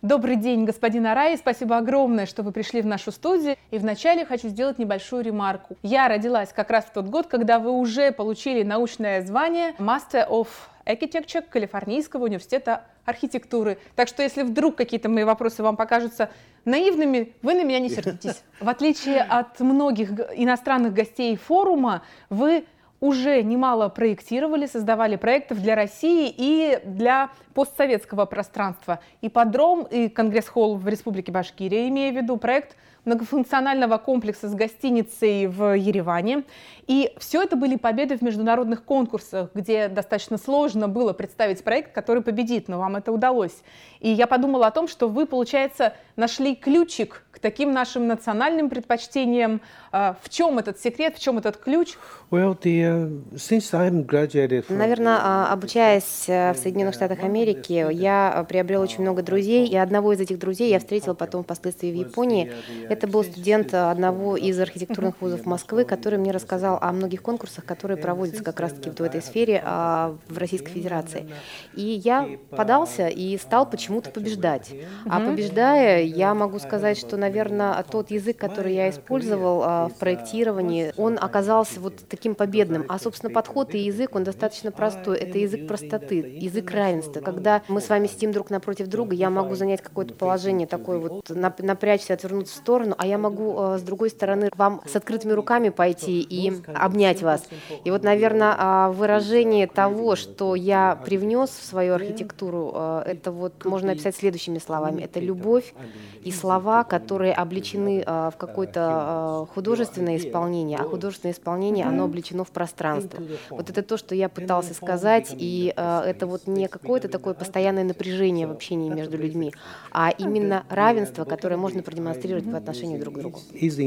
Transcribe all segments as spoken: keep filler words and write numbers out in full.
Добрый день, господин Арай. Спасибо огромное, что вы пришли в нашу студию. И вначале хочу сделать небольшую ремарку. Я родилась как раз в тот год, когда вы уже получили научное звание Master of Architecture Калифорнийского университета архитектуры. Так что если вдруг какие-то мои вопросы вам покажутся наивными, вы на меня не сердитесь. В отличие от многих иностранных гостей форума, вы уже немало проектировали, создавали проектов для России и для постсоветского пространства. Ипподром и Конгресс-холл в Республике Башкирия, имея в виду проект многофункционального комплекса с гостиницей в Ереване. И все это были победы в международных конкурсах, где достаточно сложно было представить проект, который победит, но вам это удалось. И я подумала о том, что вы, получается, нашли ключик к таким нашим национальным предпочтениям. В чем этот секрет, в чем этот ключ? Well, the, uh, since I'm graduated from... Наверное, обучаясь в Соединенных Штатах Америки, я приобрел очень много друзей, и одного из этих друзей я встретила потом впоследствии в Японии. Это был студент одного из архитектурных вузов Москвы, который мне рассказал о многих конкурсах, которые проводятся как раз-таки в этой сфере в Российской Федерации. И я подался и стал почему-то побеждать. А побеждая, я могу сказать, что, наверное, тот язык, который я использовал в проектировании, он оказался вот таким победным. А, собственно, подход и язык, он достаточно простой. Это язык простоты, язык равенства. Когда мы с вами сидим друг напротив друга, я могу занять какое-то положение, такое вот напрячься, отвернуться в сторону, а я могу с другой стороны к вам с открытыми руками пойти и обнять вас. И вот, наверное, выражение того, что я привнес в свою архитектуру, это вот можно описать следующими словами. Это любовь и слова, которые облечены в какое-то художественное исполнение, а художественное исполнение, оно облечено в пространство. Вот это то, что я пытался сказать, и это вот не какое-то такое постоянное напряжение в общении между людьми, а именно равенство, которое можно продемонстрировать по отношению друг к другу.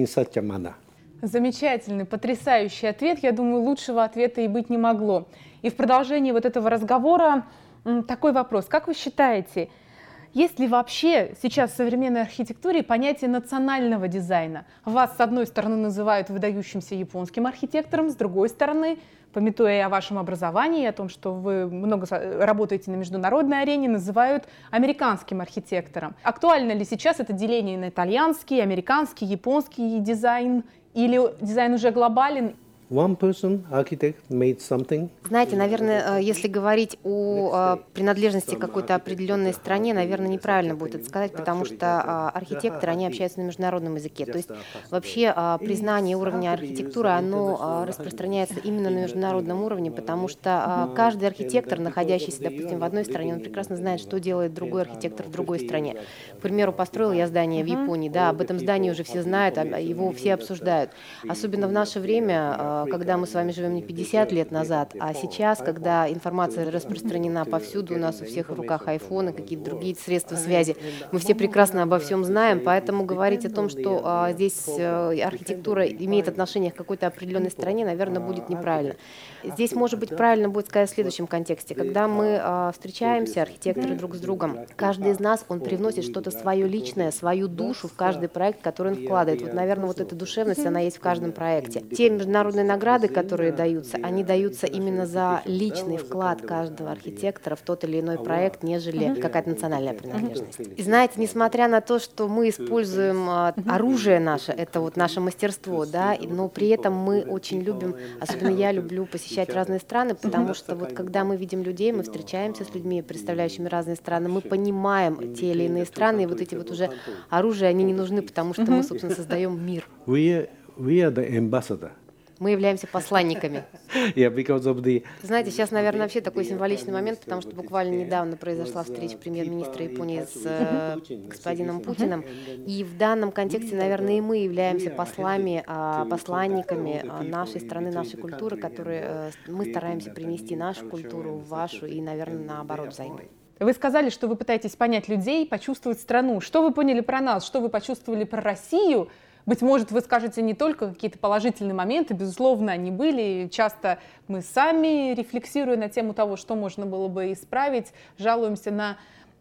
Замечательный, потрясающий ответ. Я думаю, лучшего ответа и быть не могло. И в продолжении вот этого разговора такой вопрос. Как вы считаете, есть ли вообще сейчас в современной архитектуре понятие национального дизайна? Вас, с одной стороны, называют выдающимся японским архитектором, с другой стороны, памятуя о вашем образовании, о том, что вы много работаете на международной арене, называют американским архитектором. Актуально ли сейчас это деление на итальянский, американский, японский дизайн? Или дизайн уже глобален? One person, architect, made something. Знаете, наверное, если говорить о принадлежности к какой-то определенной стране, наверное, неправильно будет это сказать, потому что архитекторы, они общаются на международном языке. То есть вообще признание уровня архитектуры, оно распространяется именно на международном уровне, потому что каждый архитектор, находящийся, допустим, в одной стране, он прекрасно знает, что делает другой архитектор в другой стране. К примеру, построил я здание в Японии, да, об этом здании уже все знают, его все обсуждают. Особенно в наше время, когда мы с вами живем не пятьдесят лет назад, а сейчас, когда информация распространена повсюду, у нас у всех в руках айфоны, какие-то другие средства связи, мы все прекрасно обо всем знаем, поэтому говорить о том, что а, здесь а, архитектура имеет отношение к какой-то определенной стране, наверное, будет неправильно. Здесь, может быть, правильно будет сказать в следующем контексте. Когда мы а, встречаемся, архитекторы, друг с другом, каждый из нас, он привносит что-то свое личное, свою душу в каждый проект, который он вкладывает. Вот, наверное, вот эта душевность, она есть в каждом проекте. Те международные награды, которые даются, они даются именно за личный вклад каждого архитектора в тот или иной проект, нежели какая-то национальная принадлежность. И знаете, несмотря на то, что мы используем оружие наше, это вот наше мастерство, да, но при этом мы очень любим, особенно я люблю посещать разные страны, потому что вот когда мы видим людей, мы встречаемся с людьми, представляющими разные страны, мы понимаем те или иные страны, и вот эти вот уже оружия, они не нужны, потому что мы, собственно, создаем мир. We, we are the ambassador. Мы являемся посланниками. Yeah, because of the... Знаете, сейчас, наверное, вообще такой символичный момент, потому что буквально недавно произошла встреча премьер-министра Японии с э, господином Путиным. И в данном контексте, наверное, и мы являемся послами, э, посланниками нашей страны, нашей культуры, которые э, мы стараемся принести нашу культуру в вашу и, наверное, наоборот, взаимно. Вы сказали, что вы пытаетесь понять людей, почувствовать страну. Что вы поняли про нас? Что вы почувствовали про Россию? Быть может, вы скажете не только какие-то положительные моменты, безусловно, они были. Часто мы сами, рефлексируя на тему того, что можно было бы исправить, жалуемся на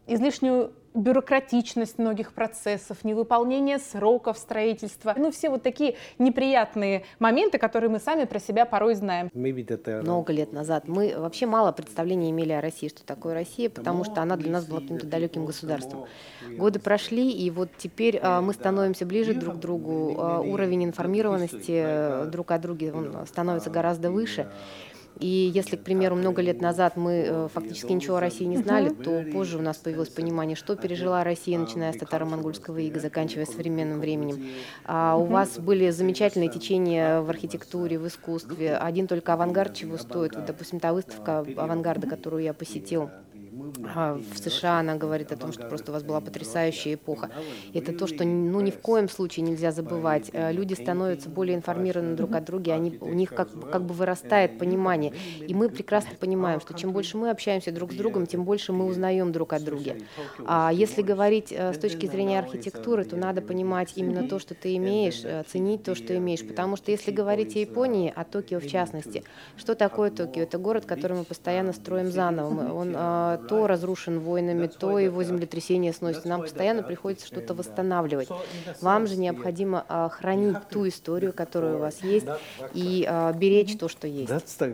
излишнюю бюрократичность многих процессов, невыполнение сроков строительства. Ну, все вот такие неприятные моменты, которые мы сами про себя порой знаем. Много лет назад мы вообще мало представления имели о России, что такое Россия, потому что она для нас была каким-то далеким государством. Годы прошли, и вот теперь а, мы становимся ближе друг к другу, а, уровень информированности друг о друге он становится гораздо выше. И если, к примеру, много лет назад мы э, фактически ничего о России не знали, то позже у нас появилось понимание, что пережила Россия, начиная с татаро-монгольского ига, заканчивая современным временем. А у вас были замечательные течения в архитектуре, в искусстве. Один только авангард чего стоит. Вот, допустим, та выставка авангарда, которую я посетил в США, она говорит о том, что просто у вас была потрясающая эпоха. Это то, что ну, ни в коем случае нельзя забывать. Люди становятся более информированы друг о друге, они, у них как, как бы вырастает понимание. И мы прекрасно понимаем, что чем больше мы общаемся друг с другом, тем больше мы узнаем друг о друге. А если говорить с точки зрения архитектуры, то надо понимать именно то, что ты имеешь, ценить то, что имеешь. Потому что если говорить о Японии, о Токио в частности, что такое Токио? Это город, который мы постоянно строим заново. Он то разрушен войнами, то его землетрясение сносит. Нам постоянно приходится что-то восстанавливать. Вам же необходимо а, хранить ту историю, которая у вас есть, и а, беречь то, что есть.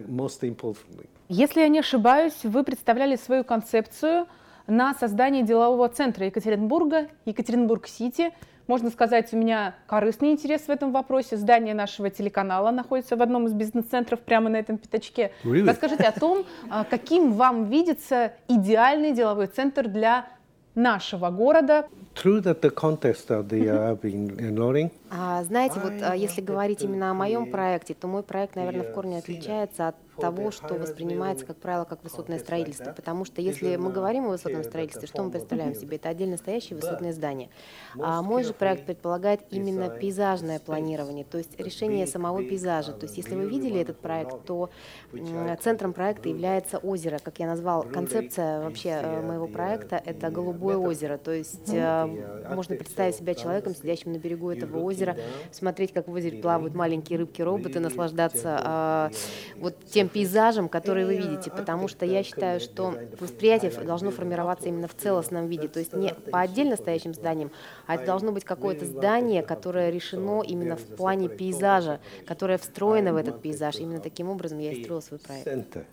Если я не ошибаюсь, вы представляли свою концепцию на создание делового центра Екатеринбурга, Екатеринбург-Сити. Можно сказать, у меня корыстный интерес в этом вопросе. Здание нашего телеканала находится в одном из бизнес-центров прямо на этом пятачке. Really? Расскажите о том, каким вам видится идеальный деловой центр для нашего города. True that the context of the uh, been enrolling. А, знаете, вот а, если говорить именно о моем проекте, то мой проект, наверное, в корне отличается от того, что воспринимается, как правило, как высотное строительство. Потому что если мы говорим о высотном строительстве, что мы представляем себе? Это отдельно стоящие высотные здания. А мой же проект предполагает именно пейзажное планирование, то есть решение самого пейзажа. То есть если вы видели этот проект, то центром проекта является озеро. Как я назвал, концепция вообще моего проекта — это голубое озеро. То есть можно представить себя человеком, сидящим на берегу этого озера, смотреть, как в озере плавают маленькие рыбки-роботы, наслаждаться а, вот тем пейзажем, который вы видите, потому что я считаю, что восприятие должно формироваться именно в целостном виде, то есть не по отдельно стоящим зданиям, а это должно быть какое-то здание, которое решено именно в плане пейзажа, которое встроено в этот пейзаж. Именно таким образом я и строила свой проект.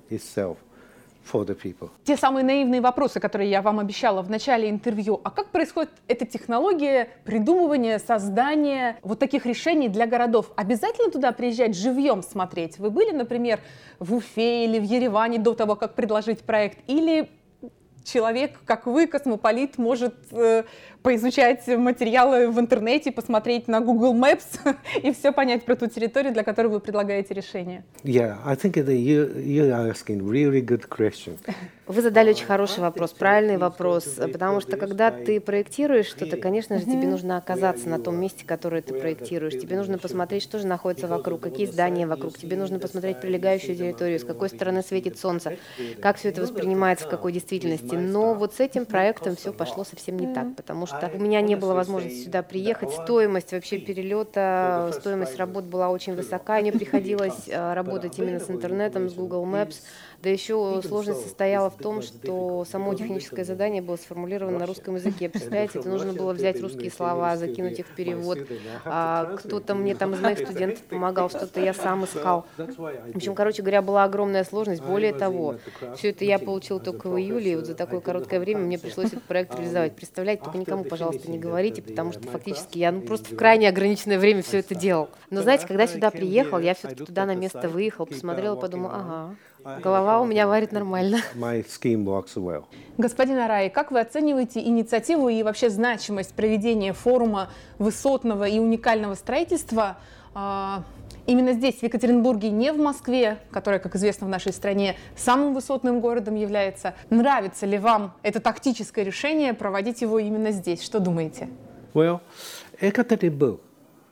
For the people. Те самые наивные вопросы, которые я вам обещала в начале интервью. А как происходит эта технология придумывания, создания вот таких решений для городов? Обязательно туда приезжать живьем смотреть? Вы были, например, в Уфе или в Ереване до того, как предложить проект? Или человек, как вы, космополит, может э, поизучать материалы в интернете, посмотреть на Google Maps и все понять про ту территорию, для которой вы предлагаете решение? Yeah, I think that you you're asking really good question. Вы задали очень хороший вопрос, правильный вопрос, потому что когда ты проектируешь что-то, конечно же, тебе нужно оказаться на том месте, которое ты проектируешь. Тебе нужно посмотреть, что же находится вокруг, какие здания вокруг. Тебе нужно посмотреть прилегающую территорию, с какой стороны светит солнце, как все это воспринимается в какой действительности. Но вот с этим проектом все пошло совсем не так, потому что у меня не было возможности сюда приехать. Стоимость вообще перелета, стоимость работ была очень высока. Мне приходилось работать именно с интернетом, с Google Maps. Да еще сложность состояла в том, что само техническое задание было сформулировано на русском языке. Представляете, это нужно было взять русские слова, закинуть их в перевод. А кто-то мне там из моих студентов помогал, что-то я сам искал. В общем, короче говоря, была огромная сложность. Более того, все это я получила только в июле, и вот за такое короткое время мне пришлось этот проект реализовать. Представляете, только никому, пожалуйста, не говорите, потому что фактически я ну, просто в крайне ограниченное время все это делал. Но знаете, когда сюда приехал, я все-таки туда на место выехал, посмотрела, подумала, ага, голова у меня варит нормально. My scheme works well. Господин Арай, как вы оцениваете инициативу и вообще значимость проведения форума высотного и уникального строительства а, именно здесь, в Екатеринбурге, не в Москве, которая, как известно, в нашей стране самым высотным городом является? Нравится ли вам это тактическое решение проводить его именно здесь? Что думаете? Well, Екатеринбург.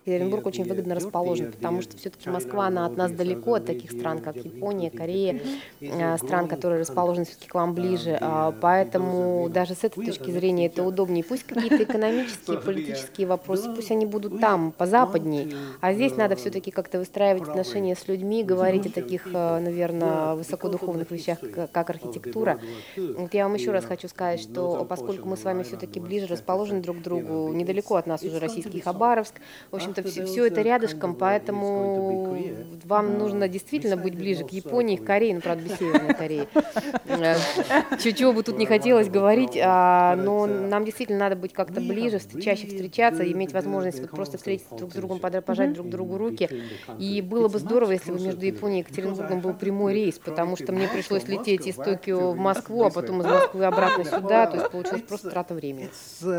Екатеринбург очень выгодно расположен, потому что все-таки Москва, она от нас далеко, от таких стран, как Япония, Корея, стран, которые расположены все-таки к вам ближе. Поэтому даже с этой точки зрения это удобнее. Пусть какие-то экономические, политические вопросы, пусть они будут там, позападнее, а здесь надо все-таки как-то выстраивать отношения с людьми, говорить о таких, наверное, высокодуховных вещах, как архитектура. Вот я вам еще раз хочу сказать, что поскольку мы с вами все-таки ближе расположены друг к другу, недалеко от нас уже российский Хабаровск, в общем-то, все, все это рядышком, поэтому вам нужно действительно быть ближе к Японии, к Корее, ну, правда, без Северной Кореи. Чего бы тут не хотелось говорить, но нам действительно надо быть как-то ближе, чаще встречаться, иметь возможность вот просто встретиться друг с другом, пожать друг другу руки. И было бы здорово, если бы между Японией и Екатеринбургом был прямой рейс, потому что мне пришлось лететь из Токио в Москву, а потом из Москвы обратно сюда, то есть получилось просто трата времени.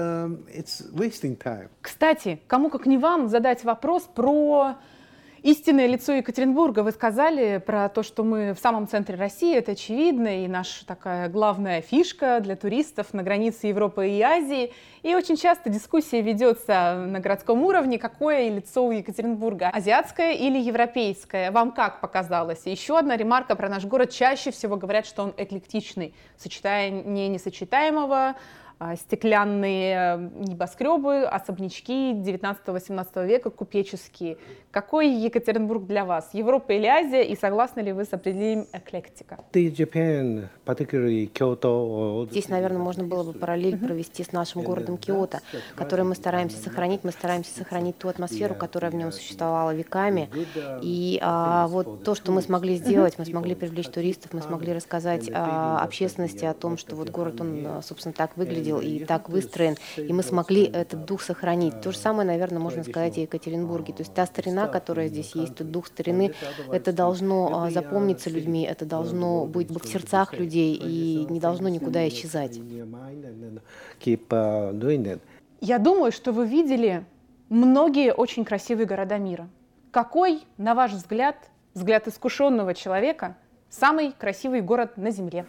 Кстати, кому как не вам задать вопрос про истинное лицо Екатеринбурга. Вы сказали про то, что мы в самом центре России, это очевидно, и наша такая главная фишка для туристов на границе Европы и Азии. И очень часто дискуссия ведется на городском уровне, какое лицо у Екатеринбурга, азиатское или европейское. Вам как показалось? И еще одна ремарка про наш город. Чаще всего говорят, что он эклектичный, сочетание несочетаемого, стеклянные небоскребы, особнячки девятнадцатого-восемнадцатого века, купеческие. Какой Екатеринбург для вас? Европа или Азия? И согласны ли вы с определением эклектика? Здесь, наверное, можно было бы параллель провести с нашим городом Киото, который мы стараемся сохранить. Мы стараемся сохранить ту атмосферу, которая в нем существовала веками. И а, вот то, что мы смогли сделать, мы смогли привлечь туристов, мы смогли рассказать а, общественности о том, что вот город, он, собственно, так выглядит и так выстроен, и мы смогли этот дух сохранить. То же самое, наверное, можно сказать и о Екатеринбурге. То есть та старина, которая здесь есть, тот дух старины, это должно а, запомниться людьми, это должно быть в сердцах людей и не должно никуда исчезать. Я думаю, что вы видели многие очень красивые города мира. Какой, на ваш взгляд, взгляд искушенного человека, самый красивый город на Земле?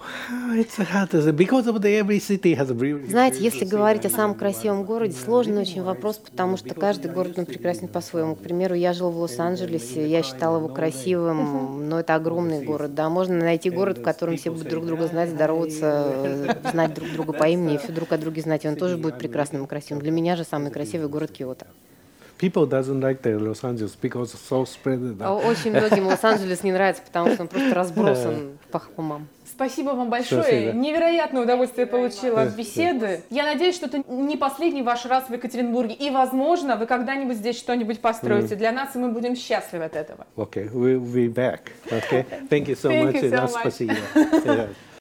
Знаете, если говорить о самом красивом городе, сложный очень вопрос, потому что каждый город он прекрасен по-своему. К примеру, я жил в Лос-Анджелесе, я считала его красивым, но это огромный город. Да, можно найти город, в котором все будут друг друга знать, здороваться, знать друг друга по имени, и все друг о друге знать, и он тоже будет прекрасным и красивым. Для меня же самый красивый город Киото. People doesn't like the Los Angeles because it's so spread out. Очень многим Лос-Анджелес не нравится, потому что он просто разбросан по холмам. Спасибо вам большое. Спасибо. Невероятное удовольствие получила от беседы. Я надеюсь, что это не последний ваш раз в Екатеринбурге. И, возможно, вы когда-нибудь здесь что-нибудь построите mm. для нас, и мы будем счастливы от этого. Okay, we'll be back. Okay, thank you so thank much. You so much. Спасибо.